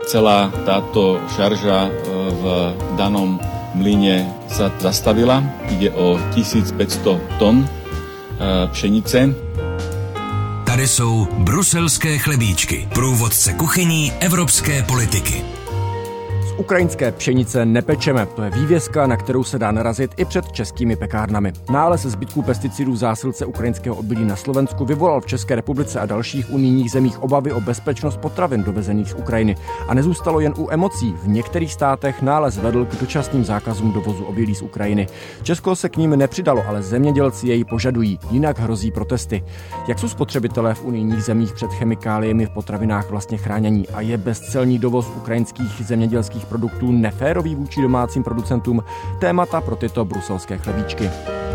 celá táto šarža v danom mlyne sa zastavila. Ide o 1500 tun pšenice. Tady jsou bruselské chlebíčky, průvodce kuchyní evropské politiky. Ukrajinské pšenice nepečeme. To je vývězka, na kterou se dá narazit i před českými pekárnami. Nález zbytků pesticidů v zásilce ukrajinského obilí na Slovensku vyvolal v České republice a dalších unijních zemích obavy o bezpečnost potravin dovezených z Ukrajiny. A nezůstalo jen u emocí. V některých státech nález vedl k dočasným zákazům dovozu obilí z Ukrajiny. Česko se k ním nepřidalo, ale zemědělci jej požadují, jinak hrozí protesty. Jak jsou spotřebitelé v unijních zemích před chemikáliemi v potravinách vlastně chránění a je bezcelní dovoz ukrajinských zemědělských produktů neférový vůči domácím producentům? Témata pro tyto bruselské chlebíčky.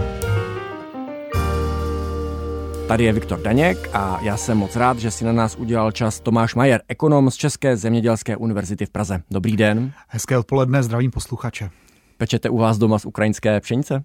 Tady je Viktor Daněk a já jsem moc rád, že si na nás udělal čas Tomáš Majer, ekonom z České zemědělské univerzity v Praze. Dobrý den. Hezké odpoledne, zdravím posluchače. Pečete u vás doma z ukrajinské pšenice?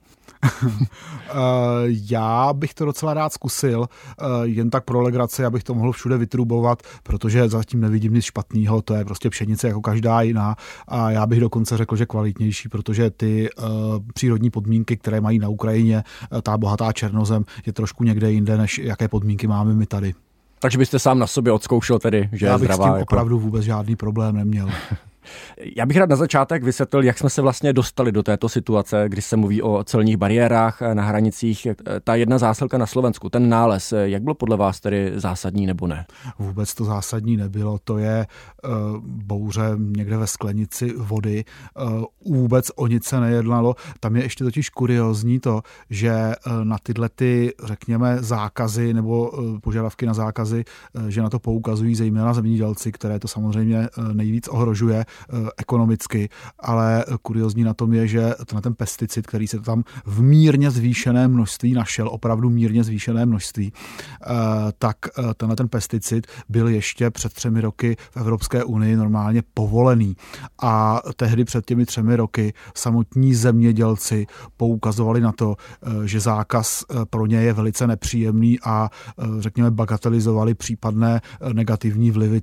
Já bych to docela rád zkusil, jen tak pro legraci, abych to mohl všude vytrubovat, protože zatím nevidím nic špatného, to je prostě pšenice jako každá jiná a já bych dokonce řekl, že kvalitnější, protože ty přírodní podmínky, které mají na Ukrajině, ta bohatá černozem, je trošku někde jinde, než jaké podmínky máme my tady. Takže byste sám na sobě odzkoušel tedy, že je zdravá? Já bych s tím opravdu vůbec žádný problém neměl. Já bych rád na začátek vysvětlil, jak jsme se vlastně dostali do této situace, kdy se mluví o celních bariérách na hranicích. Ta jedna zásilka na Slovensku, ten nález, jak byl podle vás tedy zásadní nebo ne? Vůbec to zásadní nebylo, to je bouře někde ve sklenici vody. Vůbec o nic se nejednalo. Tam je ještě totiž kuriózní to, že na tyhle ty, řekněme, zákazy nebo požadavky na zákazy, že na to poukazují zejména zemědělci, které to samozřejmě nejvíc ohrožuje ekonomicky, ale kuriózní na tom je, že ten pesticid, který se tam v mírně zvýšené množství našel, opravdu mírně zvýšené množství, tak ten pesticid byl ještě před 3 roky v Evropské unii normálně povolený. A tehdy před těmi 3 roky samotní zemědělci poukazovali na to, že zákaz pro ně je velice nepříjemný a řekněme bagatelizovali případné negativní vlivy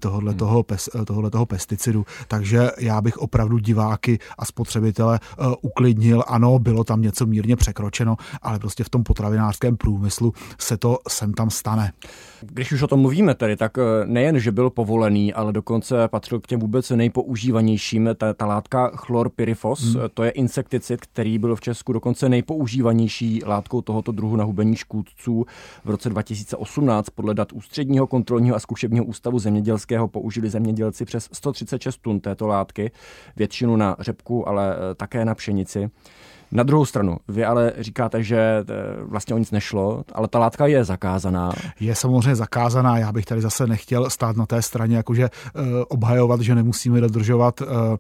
tohoto pesticidu. Takže já bych opravdu diváky a spotřebitele uklidnil. Ano, bylo tam něco mírně překročeno, ale prostě v tom potravinářském průmyslu se to sem tam stane. Když už o tom mluvíme tedy, tak nejen, že byl povolený, ale dokonce patřil k těm vůbec nejpoužívanějším ta látka chlorpyrifos. To je insekticid, který byl v Česku dokonce nejpoužívanější látkou tohoto druhu na hubení škůdců. V roce 2018 podle dat Ústředního kontrolního a zkušebního ústavu zemědělského použili zemědělci přes 136 tun této látky, většinu na řepku, ale také na pšenici. Na druhou stranu, vy ale říkáte, že vlastně o nic nešlo, ale ta látka je zakázaná. Je samozřejmě zakázaná, já bych tady zase nechtěl stát na té straně, jakože obhajovat, že nemusíme dodržovat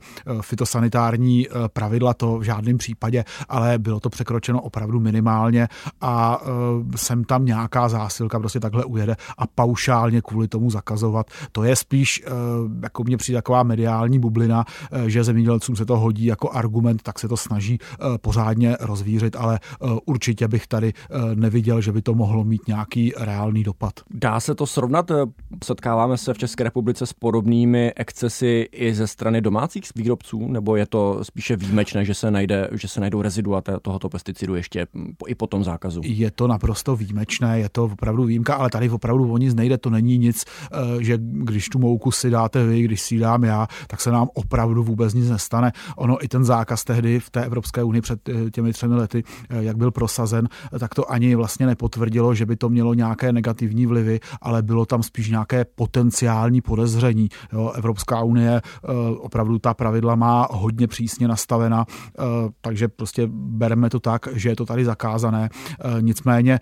fytosanitární pravidla, to v žádném případě, ale bylo to překročeno opravdu minimálně a sem tam nějaká zásilka prostě takhle ujede a paušálně kvůli tomu zakazovat. To je spíš, jako mně přijde taková mediální bublina, že zemědělcům se to hodí jako argument, tak se to snaží pořádně rozvířit, ale určitě bych tady neviděl, že by to mohlo mít nějaký reálný dopad. Dá se to srovnat? Setkáváme se v České republice s podobnými excesy i ze strany domácích výrobců, nebo je to spíše výjimečné, že se najdou rezidua tohoto pesticidu ještě i po tom zákazu? Je to naprosto výjimečné, je to opravdu výjimka, ale tady opravdu o nic nejde, to není nic, že když tu mouku si dáte vy, když si ji dám já, tak se nám opravdu vůbec nic nestane. Ono i ten zákaz tehdy v té Evropské unii před těmi 3 lety, jak byl prosazen, tak to ani vlastně nepotvrdilo, že by to mělo nějaké negativní vlivy, ale bylo tam spíš nějaké potenciální podezření. Jo, Evropská unie opravdu ta pravidla má hodně přísně nastavena, takže prostě bereme to tak, že je to tady zakázané. Nicméně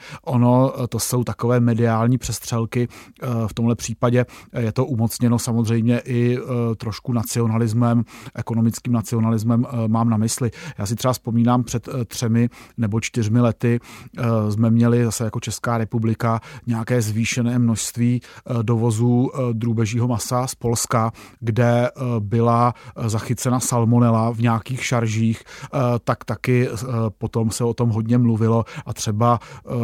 to jsou takové mediální přestřelky. V tomhle případě je to umocněno samozřejmě i trošku nacionalismem, ekonomickým nacionalismem mám na mysli. Já si třeba vzpomínám vzpomínám, před 3 nebo 4 lety jsme měli zase jako Česká republika nějaké zvýšené množství dovozů drůbežího masa z Polska, kde byla zachycena salmonela v nějakých šaržích, tak taky potom se o tom hodně mluvilo a třeba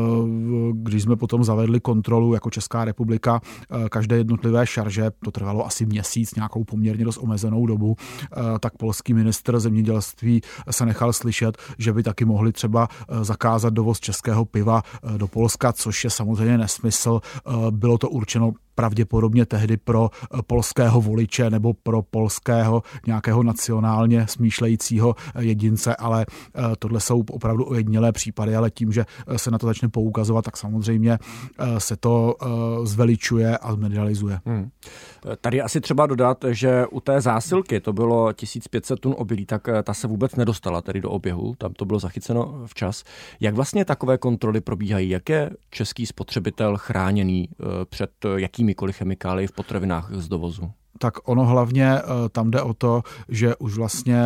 když jsme potom zavedli kontrolu jako Česká republika každé jednotlivé šarže, to trvalo asi měsíc, nějakou poměrně dost omezenou dobu, tak polský ministr zemědělství se nechal slyšet, že by taky mohli třeba zakázat dovoz českého piva do Polska, což je samozřejmě nesmysl. Bylo to určeno pravděpodobně tehdy pro polského voliče nebo pro polského nějakého nacionálně smýšlejícího jedince, ale tohle jsou opravdu ojedinělé případy, ale tím, že se na to začne poukazovat, tak samozřejmě se to zveličuje a medializuje. Tady je asi třeba dodat, že u té zásilky to bylo 1500 tun obilí, tak ta se vůbec nedostala tedy do oběhu, tam to bylo zachyceno včas. Jak vlastně takové kontroly probíhají? Jak je český spotřebitel chráněný před jakýmikoliv chemikály v potravinách z dovozu? Tak ono hlavně tam jde o to, že už vlastně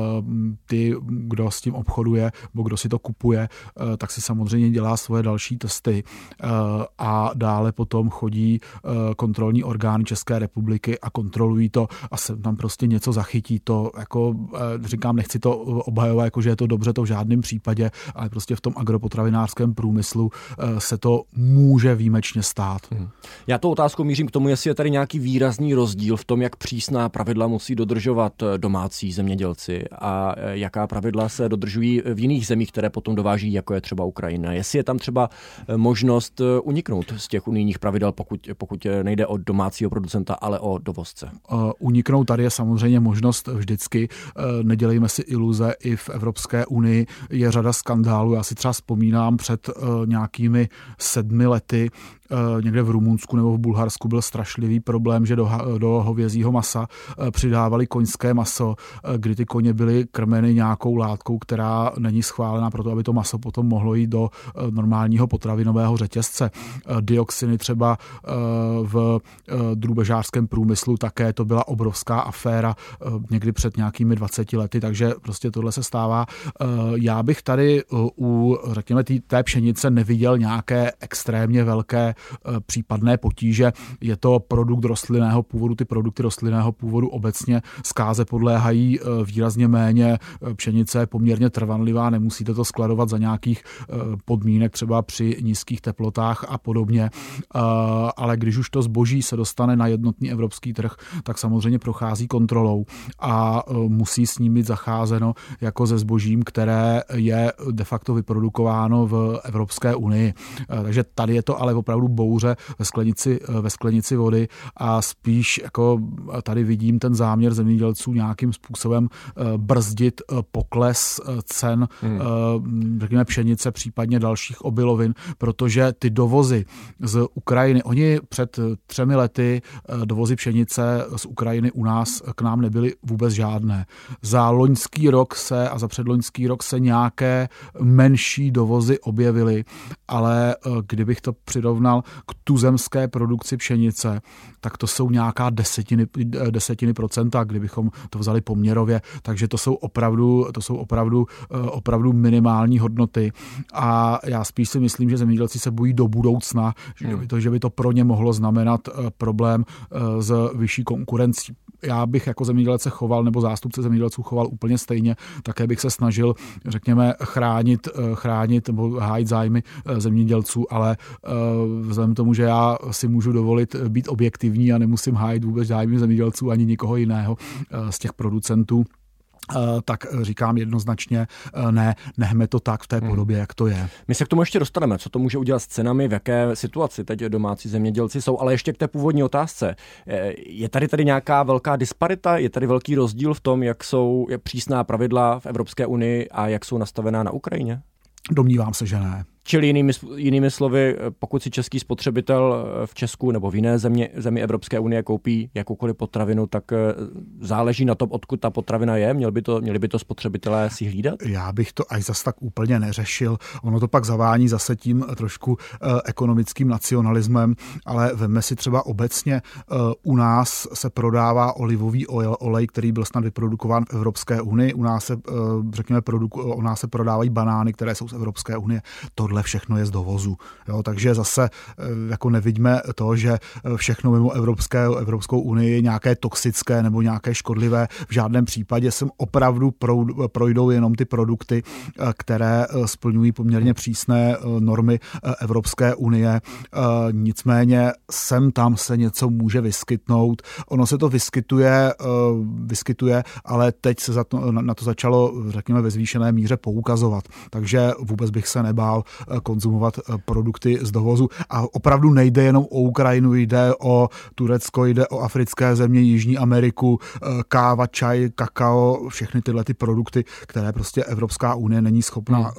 ty, kdo s tím obchoduje, nebo kdo si to kupuje, tak si samozřejmě dělá svoje další testy a dále potom chodí kontrolní orgány České republiky a kontrolují to a se tam prostě něco zachytí. To jako říkám, nechci to obhajovat, jako že je to dobře, to v žádném případě, ale prostě v tom agropotravinářském průmyslu se to může výjimečně stát. Já tou otázkou mířím k tomu, jestli je tady nějaký výrazný rozdíl v tom, jak přísná pravidla musí dodržovat domácí zemědělci a jaká pravidla se dodržují v jiných zemích, které potom dováží, jako je třeba Ukrajina. Jestli je tam třeba možnost uniknout z těch unijních pravidel, pokud nejde o domácího producenta, ale o dovozce. Uniknout tady je samozřejmě možnost vždycky. Nedělejme si iluze, i v Evropské unii je řada skandálů. Já si třeba vzpomínám před nějakými 7 lety, někde v Rumunsku nebo v Bulharsku byl strašlivý problém, že do hovězího masa přidávali koňské maso, kdy ty koně byly krmeny nějakou látkou, která není schválená pro to, aby to maso potom mohlo jít do normálního potravinového řetězce. Dioxiny třeba v drůbežářském průmyslu také, to byla obrovská aféra někdy před nějakými 20 lety, takže prostě tohle se stává. Já bych tady u, řekněme, té pšenice neviděl nějaké extrémně velké případné potíže. Je to produkt rostlinného původu, ty produkty rostlinného původu obecně zkáze podléhají výrazně méně, pšenice je poměrně trvanlivá, nemusíte to skladovat za nějakých podmínek, třeba při nízkých teplotách a podobně, ale když už to zboží se dostane na jednotný evropský trh, tak samozřejmě prochází kontrolou a musí s ním být zacházeno jako se zbožím, které je de facto vyprodukováno v Evropské unii. Takže tady je to ale opravdu bouře ve sklenici vody a spíš jako tady vidím ten záměr zemědělců nějakým způsobem brzdit pokles cen, řekněme pšenice, případně dalších obilovin, protože ty dovozy z Ukrajiny, oni před 3 lety dovozy pšenice z Ukrajiny u nás k nám nebyly vůbec žádné. Za loňský rok a za předloňský rok se nějaké menší dovozy objevily, ale kdybych to přirovnal k tuzemské produkci pšenice, tak to jsou nějaká desetiny procenta, kdybychom to vzali poměrově, takže to jsou opravdu minimální hodnoty a já spíš si myslím, že zemědělci se bojí do budoucna, že by to pro ně mohlo znamenat problém s vyšší konkurencí. Já bych jako zemědělec se choval, nebo zástupce zemědělců choval úplně stejně, také bych se snažil, řekněme, chránit nebo hájit zájmy zemědělců, ale vzhledem k tomu, že já si můžu dovolit být objektivní a nemusím hájit vůbec zájmy zemědělců ani nikoho jiného z těch producentů, tak říkám jednoznačně ne, nechme to tak v té podobě, jak to je. My se k tomu ještě dostaneme, co to může udělat s cenami, v jaké situaci teď domácí zemědělci jsou, ale ještě k té původní otázce. Je tady nějaká velká disparita, je tady velký rozdíl v tom, jak přísná pravidla v Evropské unii a jak jsou nastavená na Ukrajině? Domnívám se, že ne. Čili jinými slovy, pokud si český spotřebitel v Česku nebo v jiné zemi Evropské unie koupí jakoukoliv potravinu, tak záleží na tom, odkud ta potravina je. Měli by to spotřebitelé si hlídat? Já bych to až zas tak úplně neřešil. Ono to pak zavání zase tím trošku ekonomickým nacionalismem, ale vemme si třeba obecně, u nás se prodává olivový olej, který byl snad vyprodukován v Evropské unii. U nás se prodávají banány, které jsou z Evropské unie. Tohle všechno je z dovozu. Jo, takže zase jako nevidíme to, že všechno mimo Evropskou unii je nějaké toxické nebo nějaké škodlivé. V žádném případě sem opravdu projdou jenom ty produkty, které splňují poměrně přísné normy Evropské unie. Nicméně sem tam se něco může vyskytnout. Ono se to vyskytuje, ale teď se na to začalo, řekněme, ve zvýšené míře poukazovat. Takže vůbec bych se nebál konzumovat produkty z dovozu. A opravdu nejde jenom o Ukrajinu, jde o Turecko, jde o africké země, Jižní Ameriku, káva, čaj, kakao, všechny tyhle ty produkty, které prostě Evropská unie není schopna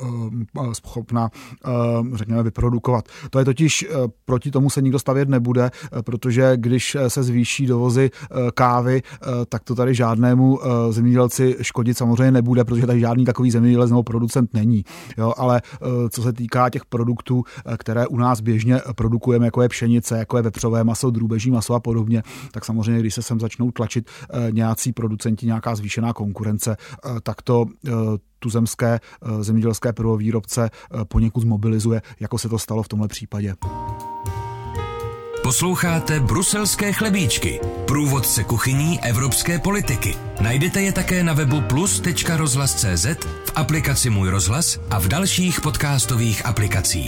řekněme, vyprodukovat. To je totiž, proti tomu se nikdo stavět nebude, protože když se zvýší dovozy kávy, tak to tady žádnému zemědělci škodit samozřejmě nebude, protože tady žádný takový zemědělec nebo producent není. Jo, ale co se týká těch produktů, které u nás běžně produkujeme, jako je pšenice, jako je vepřové maso, drůbeží maso a podobně, tak samozřejmě, když se sem začnou tlačit nějací producenti, nějaká zvýšená konkurence, tak to tuzemské zemědělské prvovýrobce poněkud zmobilizuje, jako se to stalo v tomhle případě. Posloucháte Bruselské chlebíčky, průvodce kuchyní evropské politiky. Najdete je také na webu plus.rozhlas.cz, v aplikaci Můj rozhlas a v dalších podcastových aplikacích.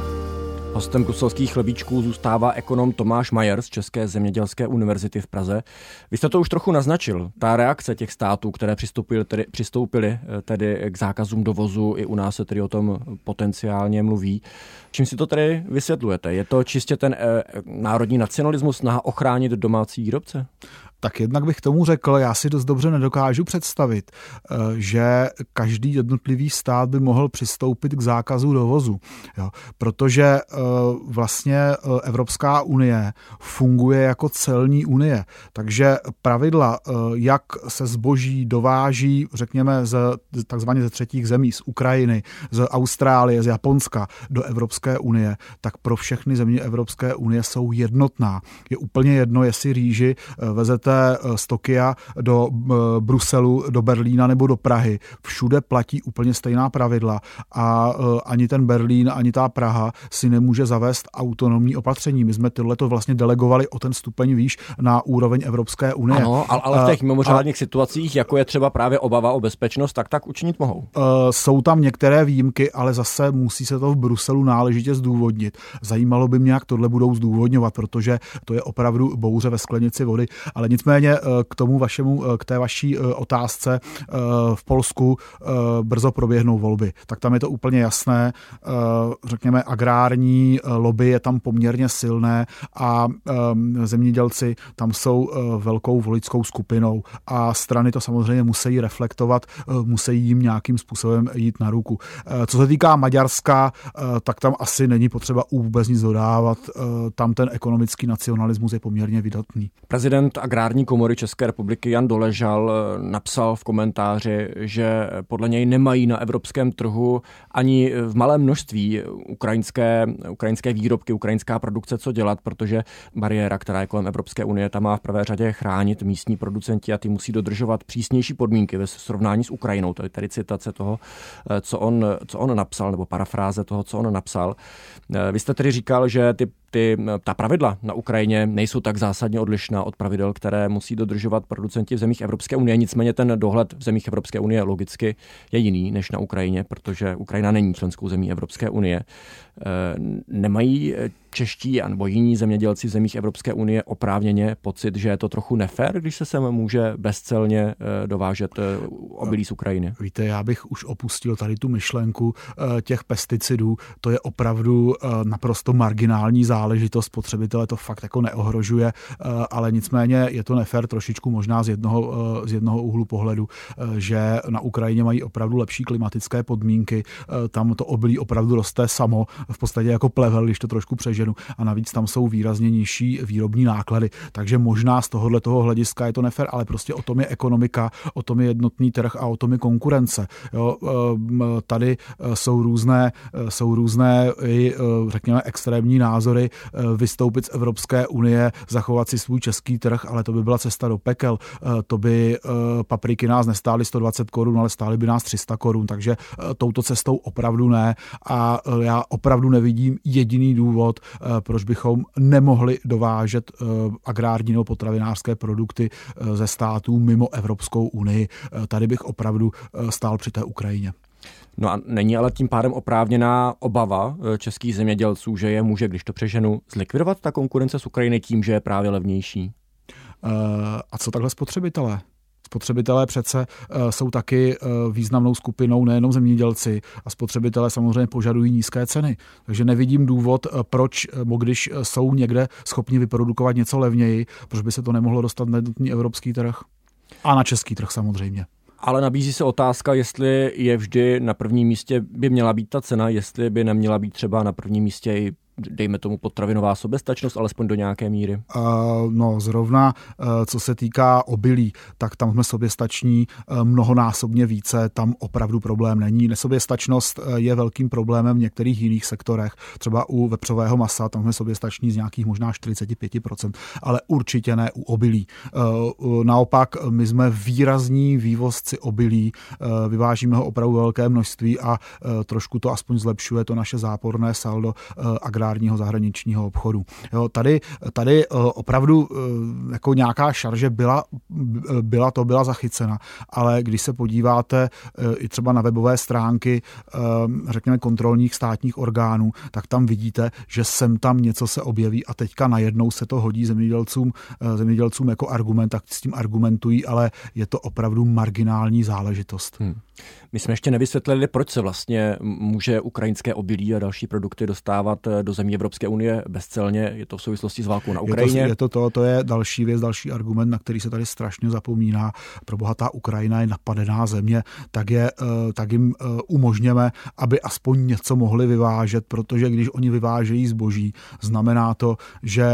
Hostem bruselských chlebíčků zůstává ekonom Tomáš Majer z České zemědělské univerzity v Praze. Vy jste to už trochu naznačil. Ta reakce těch států, které přistoupily tedy k zákazům dovozu, i u nás se tedy o tom potenciálně mluví. Čím si to tedy vysvětlujete? Je to čistě ten národní nacionalismus, snaha ochránit domácí výrobce? Tak jednak bych tomu řekl, já si dost dobře nedokážu představit, že každý jednotlivý stát by mohl přistoupit k zákazu dovozu. Jo, protože vlastně Evropská unie funguje jako celní unie. Takže pravidla, jak se zboží dováží, řekněme, takzvaně ze třetích zemí, z Ukrajiny, z Austrálie, z Japonska do Evropské unie, tak pro všechny země Evropské unie jsou jednotná. Je úplně jedno, jestli rýži vezete z Tokia do Bruselu, do Berlína nebo do Prahy. Všude platí úplně stejná pravidla a ani ten Berlín, ani ta Praha si nemůže zavést autonomní opatření. My jsme tohleto vlastně delegovali o ten stupeň výš na úroveň Evropské unie. Ano, ale v těch mimořádných situacích, jako je třeba právě obava o bezpečnost, tak učinit mohou. Jsou tam některé výjimky, ale zase musí se to v Bruselu náležitě zdůvodnit. Zajímalo by mě, jak tohle budou zdůvodňovat, protože to je opravdu bouře ve sklenici vody, ale nicméně k té vaší otázce v Polsku brzo proběhnou volby. Tak tam je to úplně jasné. Řekněme, agrární lobby je tam poměrně silné a zemědělci tam jsou velkou voličskou skupinou a strany to samozřejmě musí reflektovat, musí jim nějakým způsobem jít na ruku. Co se týká Maďarska, tak tam asi není potřeba vůbec nic dodávat. Tam ten ekonomický nacionalismus je poměrně vydatný. Prezident agrární komory České republiky Jan Doležal napsal v komentáři, že podle něj nemají na evropském trhu ani v malém množství ukrajinské výrobky, ukrajinská produkce co dělat, protože bariéra, která je kolem Evropské unie, ta má v prvé řadě chránit místní producenti a ty musí dodržovat přísnější podmínky ve srovnání s Ukrajinou. To je tady citace toho, co on napsal, nebo parafráze toho, co on napsal. Vy jste tedy říkal, že ta pravidla na Ukrajině nejsou tak zásadně odlišná od pravidel, které musí dodržovat producenti v zemích Evropské unie. Nicméně ten dohled v zemích Evropské unie logicky je jiný než na Ukrajině, protože Ukrajina není členskou zemí Evropské unie. Nemají čeští nebo jiní zemědělci v zemích Evropské unie oprávněně pocit, že je to trochu nefér, když se sem může bezcelně dovážet obilí z Ukrajiny? Víte, já bych už opustil tady tu myšlenku těch pesticidů. To je opravdu naprosto marginální záležitost. Spotřebitele to fakt jako neohrožuje, ale nicméně je to nefér trošičku možná z jednoho úhlu pohledu, že na Ukrajině mají opravdu lepší klimatické podmínky. Tam to obilí opravdu roste samo, v podstatě jako plevel, když to trošku přeženu. A navíc tam jsou výrazně nižší výrobní náklady. Takže možná z tohoto hlediska je to nefér, ale prostě o tom je ekonomika, o tom je jednotný trh a o tom je konkurence. Jo, tady jsou různé řekněme extrémní názory vystoupit z Evropské unie, zachovat si svůj český trh, ale to by byla cesta do pekel. To by papriky nás nestály 120 korun, ale stály by nás 300 korun, takže touto cestou opravdu ne. A já opravdu nevidím jediný důvod, proč bychom nemohli dovážet agrární nebo potravinářské produkty ze států mimo Evropskou unii. Tady bych opravdu stál při té Ukrajině. No a není ale tím pádem oprávněná obava českých zemědělců, že je může, když to přeženu, zlikvidovat ta konkurence z Ukrajiny tím, že je právě levnější? A co takhle spotřebitelé? Spotřebitelé přece jsou taky významnou skupinou, nejenom zemědělci, a spotřebitelé samozřejmě požadují nízké ceny. Takže nevidím důvod, proč, když jsou někde schopni vyprodukovat něco levněji, proč by se to nemohlo dostat na jednotný evropský trh. A na český trh samozřejmě. Ale nabízí se otázka, jestli je vždy na prvním místě by měla být ta cena, jestli by neměla být třeba na prvním místě i dejme tomu potravinová soběstačnost, alespoň do nějaké míry? No zrovna, co se týká obilí, tak tam jsme soběstační mnohonásobně více, tam opravdu problém není. Nesoběstačnost je velkým problémem v některých jiných sektorech, třeba u vepřového masa, tam jsme soběstační z nějakých možná 45%, ale určitě ne u obilí. Naopak, my jsme výrazní vývozci obilí, vyvážíme ho opravdu velké množství a trošku to aspoň zlepšuje to naše záporné saldo agrárního zahraničního obchodu. Jo, tady opravdu jako nějaká šarže byla zachycena, ale když se podíváte i třeba na webové stránky, řekněme kontrolních státních orgánů, tak tam vidíte, že sem tam něco se objeví a teďka najednou se to hodí zemědělcům jako argument, tak s tím argumentují, ale je to opravdu marginální záležitost. My jsme ještě nevysvětlili, proč se vlastně může ukrajinské obilí a další produkty dostávat do zemí Evropské unie bezcelně. Je to v souvislosti s válkou na Ukrajině? To je další věc, další argument, na který se tady strašně zapomíná. Proboha, ta Ukrajina je napadená země, tak jim umožněme, aby aspoň něco mohli vyvážet, protože když oni vyvážejí zboží, znamená to, že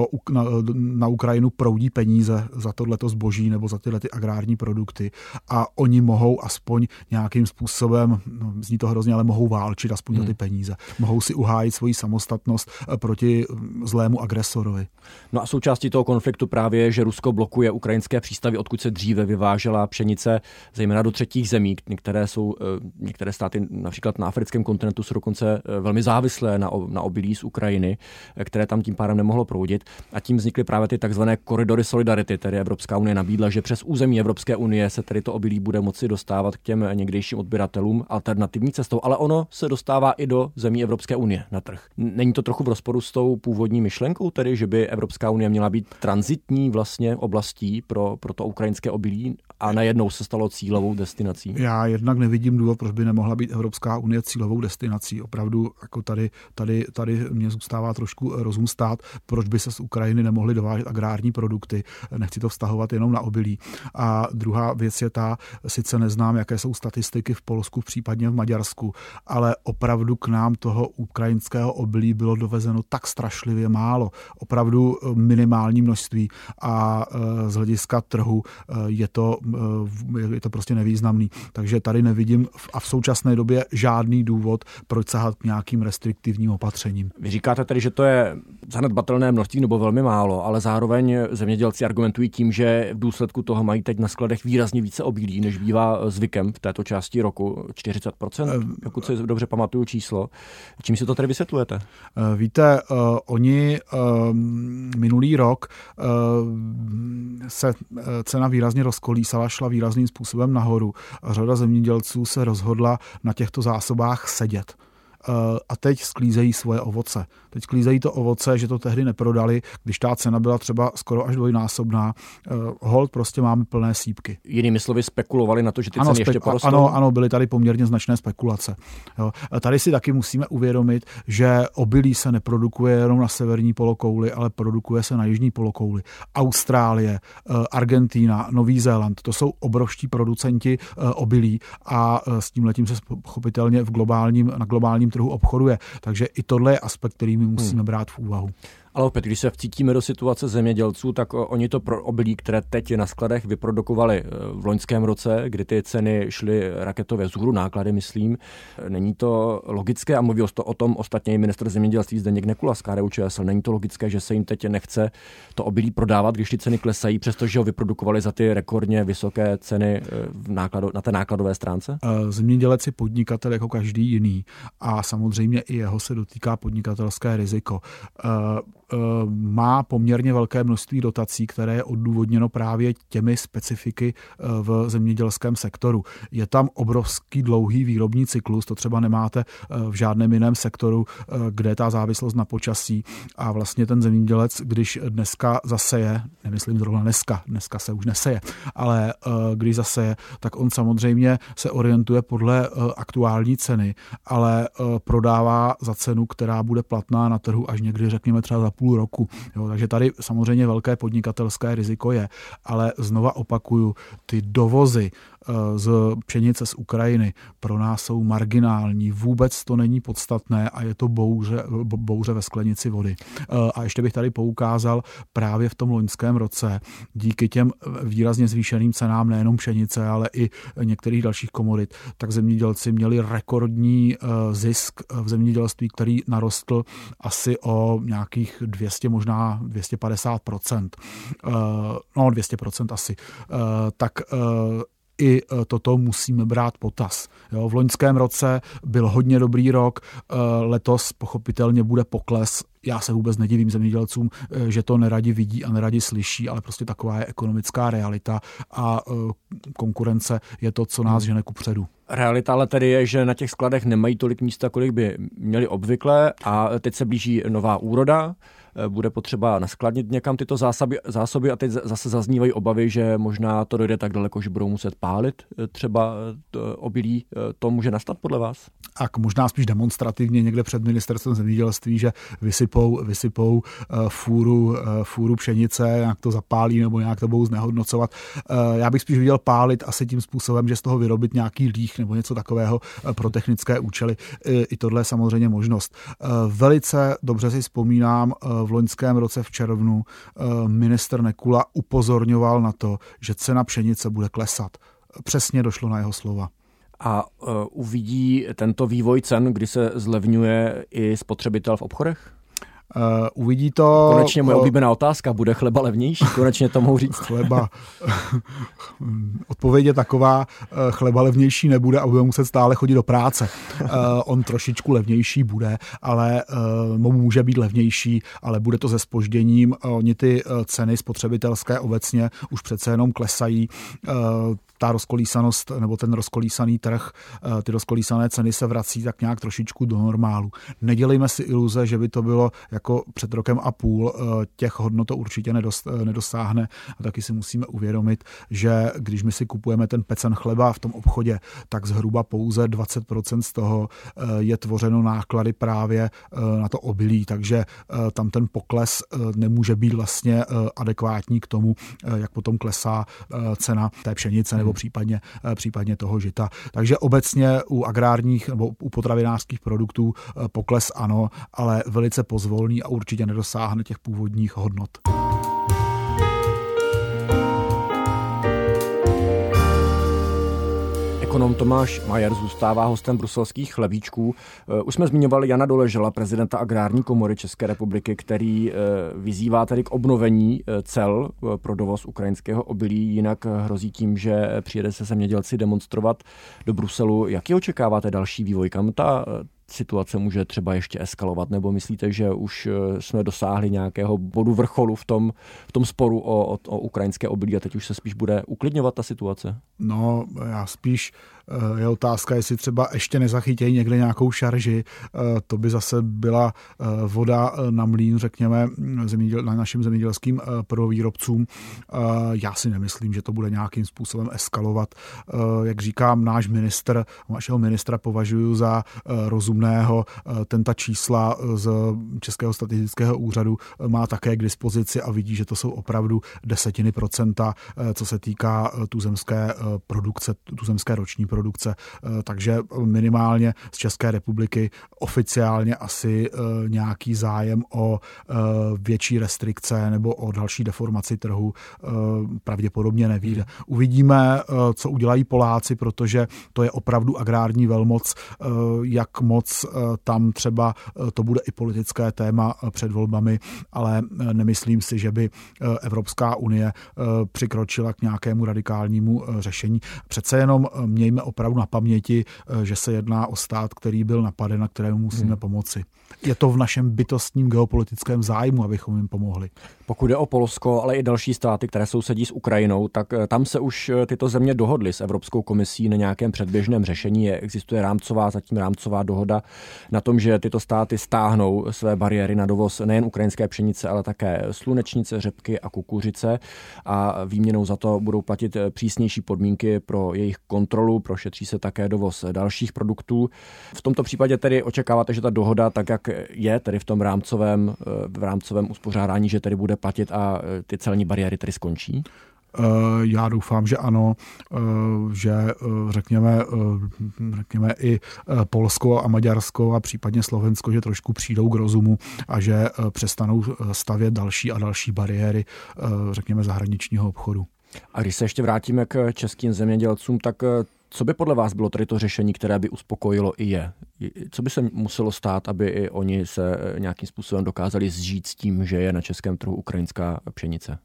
na Ukrajinu proudí peníze za tohleto zboží nebo za tyhle ty agrární produkty a oni mohou aspoň nějakým způsobem, zní to hrozně, ale mohou válčit aspoň za ty peníze. Mohou si uhájit svoji samostatnost proti zlému agresorovi. No a součástí toho konfliktu právě je, že Rusko blokuje ukrajinské přístavy, odkud se dříve vyvážela pšenice, zejména do třetích zemí. Některé státy, například na africkém kontinentu, jsou dokonce velmi závislé na obilí z Ukrajiny, které tam tím pádem nemohlo proudit. A tím vznikly právě ty takzvané koridory solidarity, tedy Evropská unie nabídla, že přes území Evropské unie se tedy to obilí bude moci dostávat k těm někdejším odběratelům alternativní cestou, ale ono se dostává i do zemí Evropské unie na trh. Není to trochu v rozporu s tou původní myšlenkou, tedy že by Evropská unie měla být tranzitní vlastně oblastí pro to ukrajinské obilí a najednou se stalo cílovou destinací? Já jednak nevidím důvod, proč by nemohla být Evropská unie cílovou destinací. Opravdu jako tady mě zůstává trošku rozum stát, proč by se z Ukrajiny nemohly dovážet agrární produkty. Nechci to vztahovat jenom na obilí. A druhá věc je sice neznám, jaké jsou statistiky v Polsku, případně v Maďarsku, ale opravdu k nám toho ukrajinského obilí bylo dovezeno tak strašlivě málo. Opravdu minimální množství a z hlediska trhu je to prostě nevýznamný. Takže tady nevidím a v současné době žádný důvod, proč sahat k nějakým restriktivním opatřením. Vy říkáte tedy, že to je zanedbatelné množství nebo velmi málo, ale zároveň zemědělci argumentují tím, že v důsledku toho mají teď na skladech výrazně více obilí, než bývá zvykem v této části roku. 40%, pokud si dobře pamatuju číslo. Čím si to tedy vysvětlujete? Víte, oni minulý rok se cena výrazně rozkolísala, šla výrazným způsobem nahoru a řada zemědělců se rozhodla na těchto zásobách sedět. a teď sklízejí svoje ovoce. Teď sklízejí to ovoce, že to tehdy neprodali, když ta cena byla třeba skoro až dvojnásobná. Holt prostě máme plné sýpky. Jinými slovy spekulovali na to, že ty ceny ještě porostou? Ano, byly tady poměrně značné spekulace. Jo. Tady si taky musíme uvědomit, že obilí se neprodukuje jenom na severní polokouli, ale produkuje se na jižní polokouli. Austrálie, Argentína, Nový Zéland, to jsou obrovští producenti obilí a s tímhletím se pochopitelně na globálním trhu obchoduje. Takže i tohle je aspekt, který my musíme brát v úvahu. Ale opět, když se vcítíme do situace zemědělců, tak oni to pro obilí, které teď na skladech vyprodukovali v loňském roce, kdy ty ceny šly raketově vzhůru, náklady, myslím. Není to logické, a mluví o tom ostatně i ministr zemědělství Zdeněk Nekula z KDU-ČSL. Není to logické, že se jim teď nechce to obilí prodávat, když ty ceny klesají, přestože ho vyprodukovali za ty rekordně vysoké ceny na té nákladové stránce? Zemědělec je podnikatel jako každý jiný a samozřejmě i jeho se dotýká podnikatelské riziko. Má poměrně velké množství dotací, které je odůvodněno právě těmi specifiky v zemědělském sektoru. Je tam obrovský dlouhý výrobní cyklus, to třeba nemáte v žádném jiném sektoru, kde je ta závislost na počasí a vlastně ten zemědělec, když dneska zaseje, nemyslím zrovna dneska se už neseje, ale když zaseje, tak on samozřejmě se orientuje podle aktuální ceny, ale prodává za cenu, která bude platná na trhu až někdy, řekněme, třeba za půl roku. Jo, takže tady samozřejmě velké podnikatelské riziko je, ale znova opakuju, ty dovozy z pšenice z Ukrajiny pro nás jsou marginální, vůbec to není podstatné a je to bouře ve sklenici vody. A ještě bych tady poukázal právě v tom loňském roce, díky těm výrazně zvýšeným cenám nejenom pšenice, ale i některých dalších komodit, tak zemědělci měli rekordní zisk v zemědělství, který narostl asi o nějakých 200, možná 250%. 200% asi. I toto musíme brát potaz. Jo, v loňském roce byl hodně dobrý rok, letos pochopitelně bude pokles. Já se vůbec nedivím zemědělcům, že to neradi vidí a neradi slyší, ale prostě taková je ekonomická realita a konkurence je to, co nás žene kupředu. Realita ale tedy je, že na těch skladech nemají tolik místa, kolik by měli obvykle a teď se blíží nová úroda, bude potřeba naskladnit někam tyto zásoby a teď zase zaznívají obavy, že možná to dojde tak daleko, že budou muset pálit třeba obilí. To může nastat podle vás? A možná spíš demonstrativně někde před ministerstvem zemědělství, že vysypou fůru pšenice, nějak to zapálí nebo nějak to budou znehodnocovat. Já bych spíš viděl pálit asi tím způsobem, že z toho vyrobit nějaký líh nebo něco takového pro technické účely. I tohle je samozřejmě možnost. Velice dobře si vzpomínám, v loňském roce v červnu ministr Nekula upozorňoval na to, že cena pšenice bude klesat. Přesně došlo na jeho slova. A uvidí tento vývoj cen, kdy se zlevňuje i spotřebitel v obchodech? Uvidí to... Konečně moje oblíbená otázka, bude chleba levnější? Konečně to mohu říct. Chleba. Odpověď je taková, chleba levnější nebude a bude muset stále chodit do práce. On trošičku levnější bude, ale může být levnější, ale bude to se zpožděním. Oni ty ceny spotřebitelské obecně už přece jenom klesají. Ta rozkolísanost nebo ten rozkolísaný trh, ty rozkolísané ceny se vrací tak nějak trošičku do normálu. Nedělejme si iluze, že by to bylo jako před rokem a půl, těch hodnot to určitě nedosáhne. A taky si musíme uvědomit, že když my si kupujeme ten pecen chleba v tom obchodě, tak zhruba pouze 20% z toho je tvořeno náklady právě na to obilí, takže tam ten pokles nemůže být vlastně adekvátní k tomu, jak potom klesá cena té pšenice nebo případně toho žita. Takže obecně u agrárních nebo u potravinářských produktů pokles ano, ale velice pozvolný a určitě nedosáhne těch původních hodnot. Ekonom Tomáš Majer zůstává hostem bruselských chlebíčků. Už jsme zmiňovali Jana Doležela, prezidenta Agrární komory České republiky, který vyzývá tedy k obnovení cel pro dovoz ukrajinského obilí, jinak hrozí tím, že přijede se zemědělci demonstrovat do Bruselu. Jaký očekáváte další vývoj? Kam ta situace může třeba ještě eskalovat? Nebo myslíte, že už jsme dosáhli nějakého bodu vrcholu v tom sporu o ukrajinské obilí a teď už se spíš bude uklidňovat ta situace? No, já spíš Je otázka, jestli třeba ještě nezachytějí někde nějakou šarži, to by zase byla voda na mlýn, řekněme, na našim zemědělským prvovýrobcům. Já si nemyslím, že to bude nějakým způsobem eskalovat. Jak říkám, našeho ministra považuji za rozumného. Ta čísla z Českého statistického úřadu má také k dispozici a vidí, že to jsou opravdu 10%, co se týká tuzemské produkce, tuzemské roční produkce. Takže minimálně z České republiky oficiálně asi nějaký zájem o větší restrikce nebo o další deformaci trhu pravděpodobně nevyjde. Uvidíme, co udělají Poláci, protože to je opravdu agrární velmoc, jak moc tam třeba to bude i politické téma před volbami, ale nemyslím si, že by Evropská unie přikročila k nějakému radikálnímu řešení. Přece jenom mějme opravdu na paměti, že se jedná o stát, který byl napaden a kterému musíme pomoci. Je to v našem bytostním geopolitickém zájmu, abychom jim pomohli. Pokud jde o Polsko, ale i další státy, které sousedí s Ukrajinou, tak tam se už tyto země dohodly s Evropskou komisí na nějakém předběžném řešení. Existuje zatím rámcová dohoda na tom, že tyto státy stáhnou své bariéry na dovoz nejen ukrajinské pšenice, ale také slunečnice, řepky a kukuřice a výměnou za to budou platit přísnější podmínky pro jejich kontrolu, prošetří se také dovoz dalších produktů. V tomto případě tedy očekáváte, že ta dohoda, tak jak je tedy v tom rámcovém uspořádání, že tedy bude platit a ty celní bariéry tedy skončí? Já doufám, že ano, že řekněme i Polsko a Maďarsko a případně Slovensko, že trošku přijdou k rozumu a že přestanou stavět další a další bariéry, řekněme, zahraničního obchodu. A když se ještě vrátíme k českým zemědělcům, tak co by podle vás bylo tady to řešení, které by uspokojilo i je? Co by se muselo stát, aby i oni se nějakým způsobem dokázali zžít s tím, že je na českém trhu ukrajinská pšenice?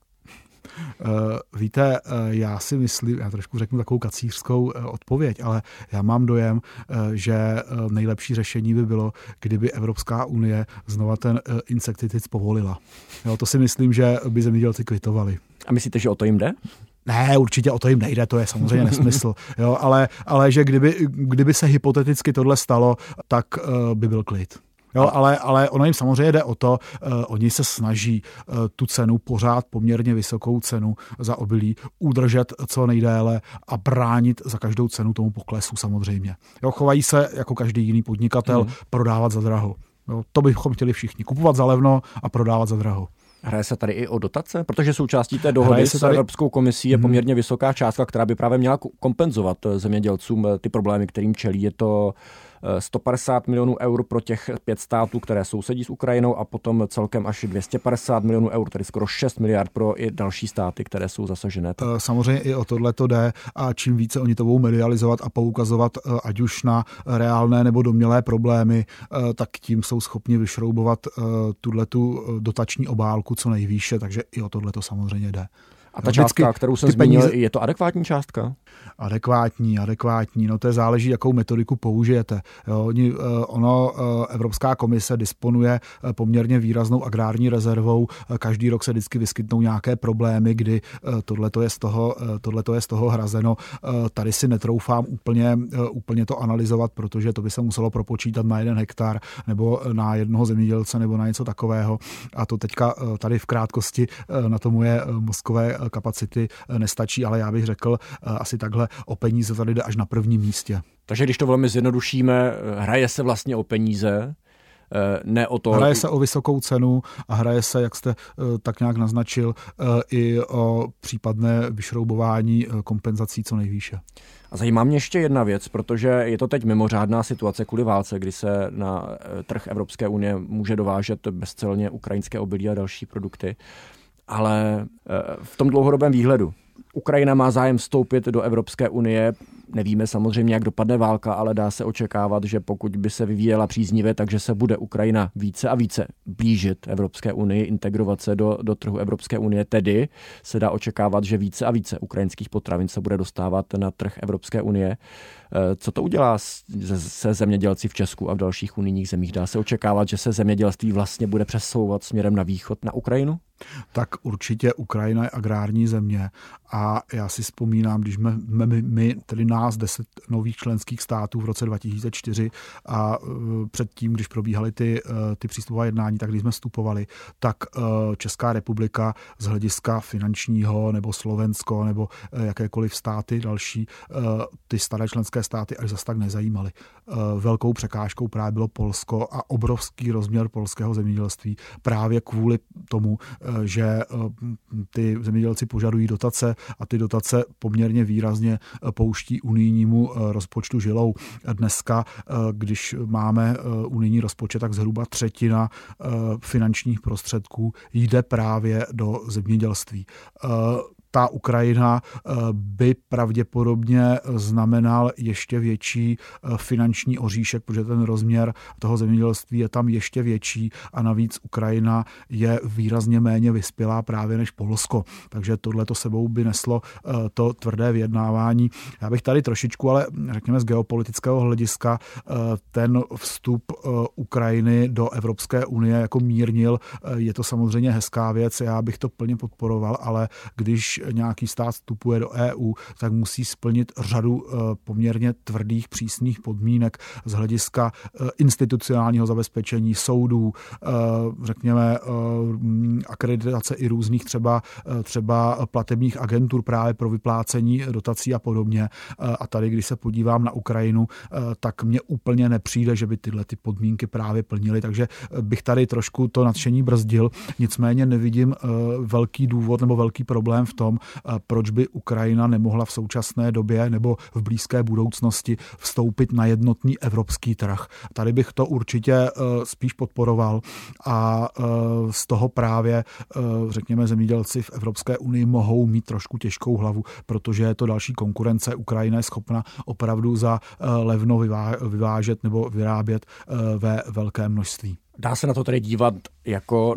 Víte, já si myslím, já trošku řeknu takovou kacířskou odpověď, ale já mám dojem, že nejlepší řešení by bylo, kdyby Evropská unie znova ten insekticid povolila. Jo, to si myslím, že by zemědělci kvitovali. A myslíte, že o to jim jde? Ne, určitě o to jim nejde, to je samozřejmě nesmysl. Jo, ale že kdyby se hypoteticky tohle stalo, tak by byl klid. Jo, ale ono jim samozřejmě jde o to, oni se snaží tu cenu, pořád poměrně vysokou cenu za obilí, udržet co nejdéle a bránit za každou cenu tomu poklesu samozřejmě. Jo, chovají se jako každý jiný podnikatel, prodávat za draho. Jo, to bychom chtěli všichni, kupovat za levno a prodávat za draho. Hraje se tady i o dotace? Protože součástí té dohody s Evropskou komisí je poměrně vysoká částka, která by právě měla kompenzovat zemědělcům ty problémy, kterým čelí. Je to 150 milionů eur pro těch 5 států, které sousedí s Ukrajinou a potom celkem až 250 milionů eur, tedy skoro 6 miliard pro i další státy, které jsou zasažené. Samozřejmě i o tohle to jde a čím více oni to budou medializovat a poukazovat ať už na reálné nebo domnělé problémy, tak tím jsou schopni vyšroubovat tuhletu dotační obálku co nejvýše, takže i o tohle to samozřejmě jde. A ta částka, kterou jsem zmínil, je to adekvátní částka? Adekvátní. No to záleží, jakou metodiku použijete. Jo, Evropská komise disponuje poměrně výraznou agrární rezervou. Každý rok se vždycky vyskytnou nějaké problémy, kdy tohleto je z toho hrazeno. Tady si netroufám úplně to analyzovat, protože to by se muselo propočítat na 1 hektar nebo na jednoho zemědělce nebo na něco takového. A to teďka tady v krátkosti na to moje mozkové kapacity nestačí, ale já bych řekl asi takhle, o peníze tady jde až na prvním místě. Takže když to velmi zjednodušíme, hraje se vlastně o peníze, ne o to... Hraje se o vysokou cenu a hraje se, jak jste tak nějak naznačil, i o případné vyšroubování kompenzací co nejvýše. A zajímá mě ještě jedna věc, protože je to teď mimořádná situace kvůli válce, kdy se na trh Evropské unie může dovážet bezcelně ukrajinské obilí a další produkty. Ale v tom dlouhodobém výhledu Ukrajina má zájem vstoupit do Evropské unie. Nevíme samozřejmě, jak dopadne válka, ale dá se očekávat, že pokud by se vyvíjela příznivě, takže se bude Ukrajina více a více blížit Evropské unii, integrovat se do trhu Evropské unie. Tedy se dá očekávat, že více a více ukrajinských potravin se bude dostávat na trh Evropské unie. Co to udělá se zemědělci v Česku a v dalších unijních zemích? Dá se očekávat, že se zemědělství vlastně bude přesouvat směrem na východ, na Ukrajinu? Tak určitě Ukrajina je agrární země a já si vzpomínám, když my tedy nás 10 nových členských států v roce 2004 a předtím, když probíhaly ty přístupová jednání, tak když jsme vstupovali, tak Česká republika z hlediska finančního nebo Slovensko nebo jakékoliv státy další, ty staré členské státy až zas tak nezajímaly. Velkou překážkou právě bylo Polsko a obrovský rozměr polského zemědělství právě kvůli tomu, že ty zemědělci požadují dotace a ty dotace poměrně výrazně pouští unijnímu rozpočtu žilou. Dneska, když máme unijní rozpočet, tak zhruba třetina finančních prostředků jde právě do zemědělství. Ta Ukrajina by pravděpodobně znamenal ještě větší finanční oříšek, protože ten rozměr toho zemědělství je tam ještě větší a navíc Ukrajina je výrazně méně vyspělá právě než Polsko. Takže tohle to sebou by neslo to tvrdé vyjednávání. Já bych tady trošičku, ale řekněme z geopolitického hlediska, ten vstup Ukrajiny do Evropské unie jako mírnil. Je to samozřejmě hezká věc, já bych to plně podporoval, ale když nějaký stát vstupuje do EU, tak musí splnit řadu poměrně tvrdých, přísných podmínek z hlediska institucionálního zabezpečení soudů, řekněme akreditace i různých třeba platebních agentur právě pro vyplácení dotací a podobně. A tady, když se podívám na Ukrajinu, tak mně úplně nepřijde, že by tyhle ty podmínky právě plnily, takže bych tady trošku to nadšení brzdil. Nicméně nevidím velký důvod nebo velký problém v tom, proč by Ukrajina nemohla v současné době nebo v blízké budoucnosti vstoupit na jednotný evropský trh. Tady bych to určitě spíš podporoval a z toho právě, řekněme, zemědělci v Evropské unii mohou mít trošku těžkou hlavu, protože je to další konkurence. Ukrajina je schopna opravdu za levno vyvážet nebo vyrábět ve velké množství. Dá se na to tedy dívat jako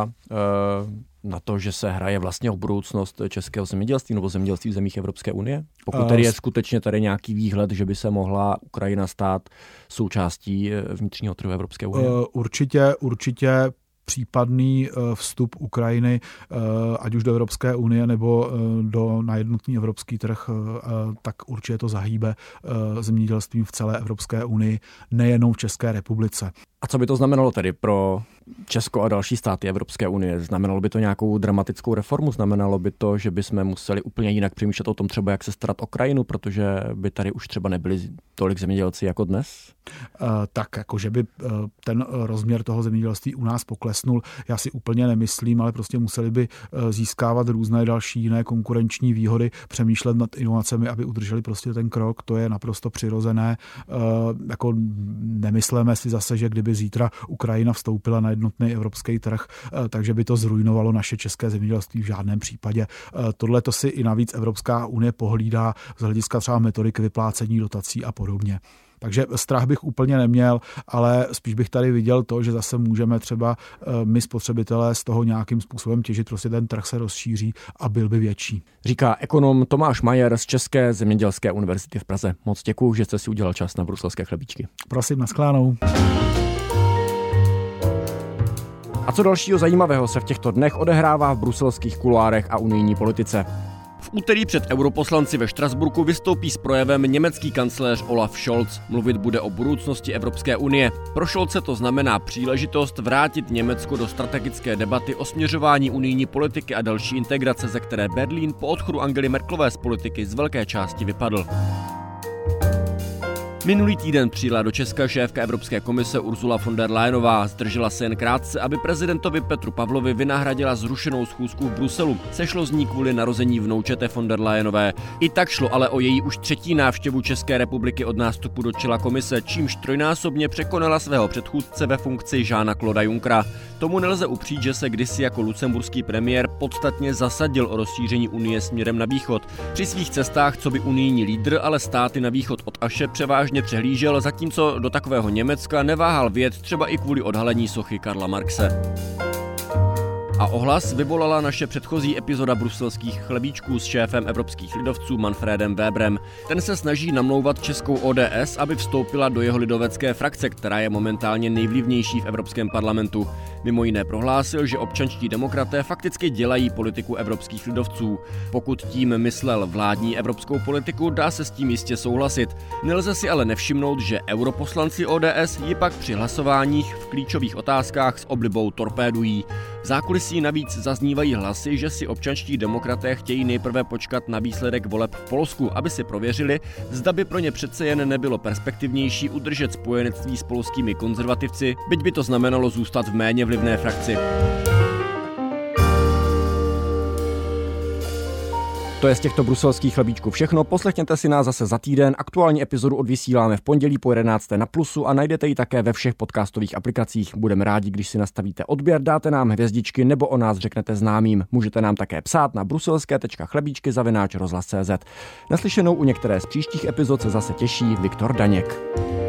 na to, že se hraje vlastně o budoucnost českého zemědělství nebo zemědělství v zemích Evropské unie? Pokud tady je skutečně tady nějaký výhled, že by se mohla Ukrajina stát součástí vnitřního trhu Evropské unie? Určitě případný vstup Ukrajiny, ať už do Evropské unie nebo na jednotný evropský trh, tak určitě to zahýbe zemědělstvím v celé Evropské unii, nejenom v České republice. A co by to znamenalo tedy pro Česko a další státy Evropské unie? Znamenalo by to nějakou dramatickou reformu? Znamenalo by to, že bychom museli úplně jinak přemýšlet o tom třeba, jak se starat o krajinu, protože by tady už třeba nebyli tolik zemědělci jako dnes? Tak, jako že by ten rozměr toho zemědělství u nás poklesnul, já si úplně nemyslím, ale prostě museli by získávat různé další jiné konkurenční výhody, přemýšlet nad inovacemi, aby udrželi prostě ten krok, to je naprosto přirozené. Jako nemyslíme si zase, že kdyby zítra Ukrajina vstoupila na jednotný evropský trh, takže by to zrujnovalo naše české zemědělství v žádném případě. Tohle to si i navíc Evropská unie pohlídá z hlediska třeba metodiky vyplácení dotací a podobně. Takže strach bych úplně neměl, ale spíš bych tady viděl to, že zase můžeme třeba my spotřebitelé z toho nějakým způsobem těžit, prostě ten trh se rozšíří a byl by větší. Říká ekonom Tomáš Majer z České zemědělské univerzity v Praze. Moc děkuju, že jste si udělal čas na bruselské chlebíčky. Prosím, naschledanou. A co dalšího zajímavého se v těchto dnech odehrává v bruselských kuloárech a unijní politice? V úterý před europoslanci ve Štrasburku vystoupí s projevem německý kancléř Olaf Scholz. Mluvit bude o budoucnosti Evropské unie. Pro Scholze to znamená příležitost vrátit Německo do strategické debaty o směřování unijní politiky a další integrace, ze které Berlín po odchodu Angely Merkelové z politiky z velké části vypadl. Minulý týden přijela do Česka šéfka Evropské komise Ursula von der Leyenová. Zdržela se jen krátce, aby prezidentovi Petru Pavlovi vynahradila zrušenou schůzku v Bruselu. Sešlo z ní kvůli narození vnoučete von der Leyenové. I tak šlo ale o její už třetí návštěvu České republiky od nástupu do čela komise, čímž trojnásobně překonala svého předchůdce ve funkci Jeana-Clauda Junckera. Tomu nelze upřít, že se kdysi jako lucemburský premiér podstatně zasadil o rozšíření Unie směrem na východ. Při svých cestách coby unijní lídr ale státy na východ od Aše převážně přehlížel, zatímco do takového Německa neváhal vjet třeba i kvůli odhalení sochy Karla Marxe. A ohlas vyvolala naše předchozí epizoda bruselských chlebíčků s šéfem evropských lidovců Manfredem Weberem. Ten se snaží namlouvat českou ODS, aby vstoupila do jeho lidovecké frakce, která je momentálně nejvlivnější v Evropském parlamentu. Mimo jiné prohlásil, že občanští demokraté fakticky dělají politiku evropských lidovců. Pokud tím myslel vládní evropskou politiku, dá se s tím jistě souhlasit. Nelze si ale nevšimnout, že europoslanci ODS ji pak při hlasováních v klíčových otázkách s oblibou torpédují. V zákulisí navíc zaznívají hlasy, že si občanští demokraté chtějí nejprve počkat na výsledek voleb v Polsku, aby si prověřili, zda by pro ně přece jen nebylo perspektivnější udržet spojenectví s polskými konzervativci, byť by to znamenalo zůstat v méně vlivné frakci. To je z těchto bruselských chlebíčků všechno. Poslechněte si nás zase za týden. Aktuální epizodu odvysíláme v pondělí po 11. na Plusu a najdete ji také ve všech podcastových aplikacích. Budeme rádi, když si nastavíte odběr, dáte nám hvězdičky nebo o nás řeknete známým. Můžete nám také psát na bruselské.chlebíčky@rozhlas.cz. Naslyšenou u některé z příštích epizod se zase těší Viktor Daněk.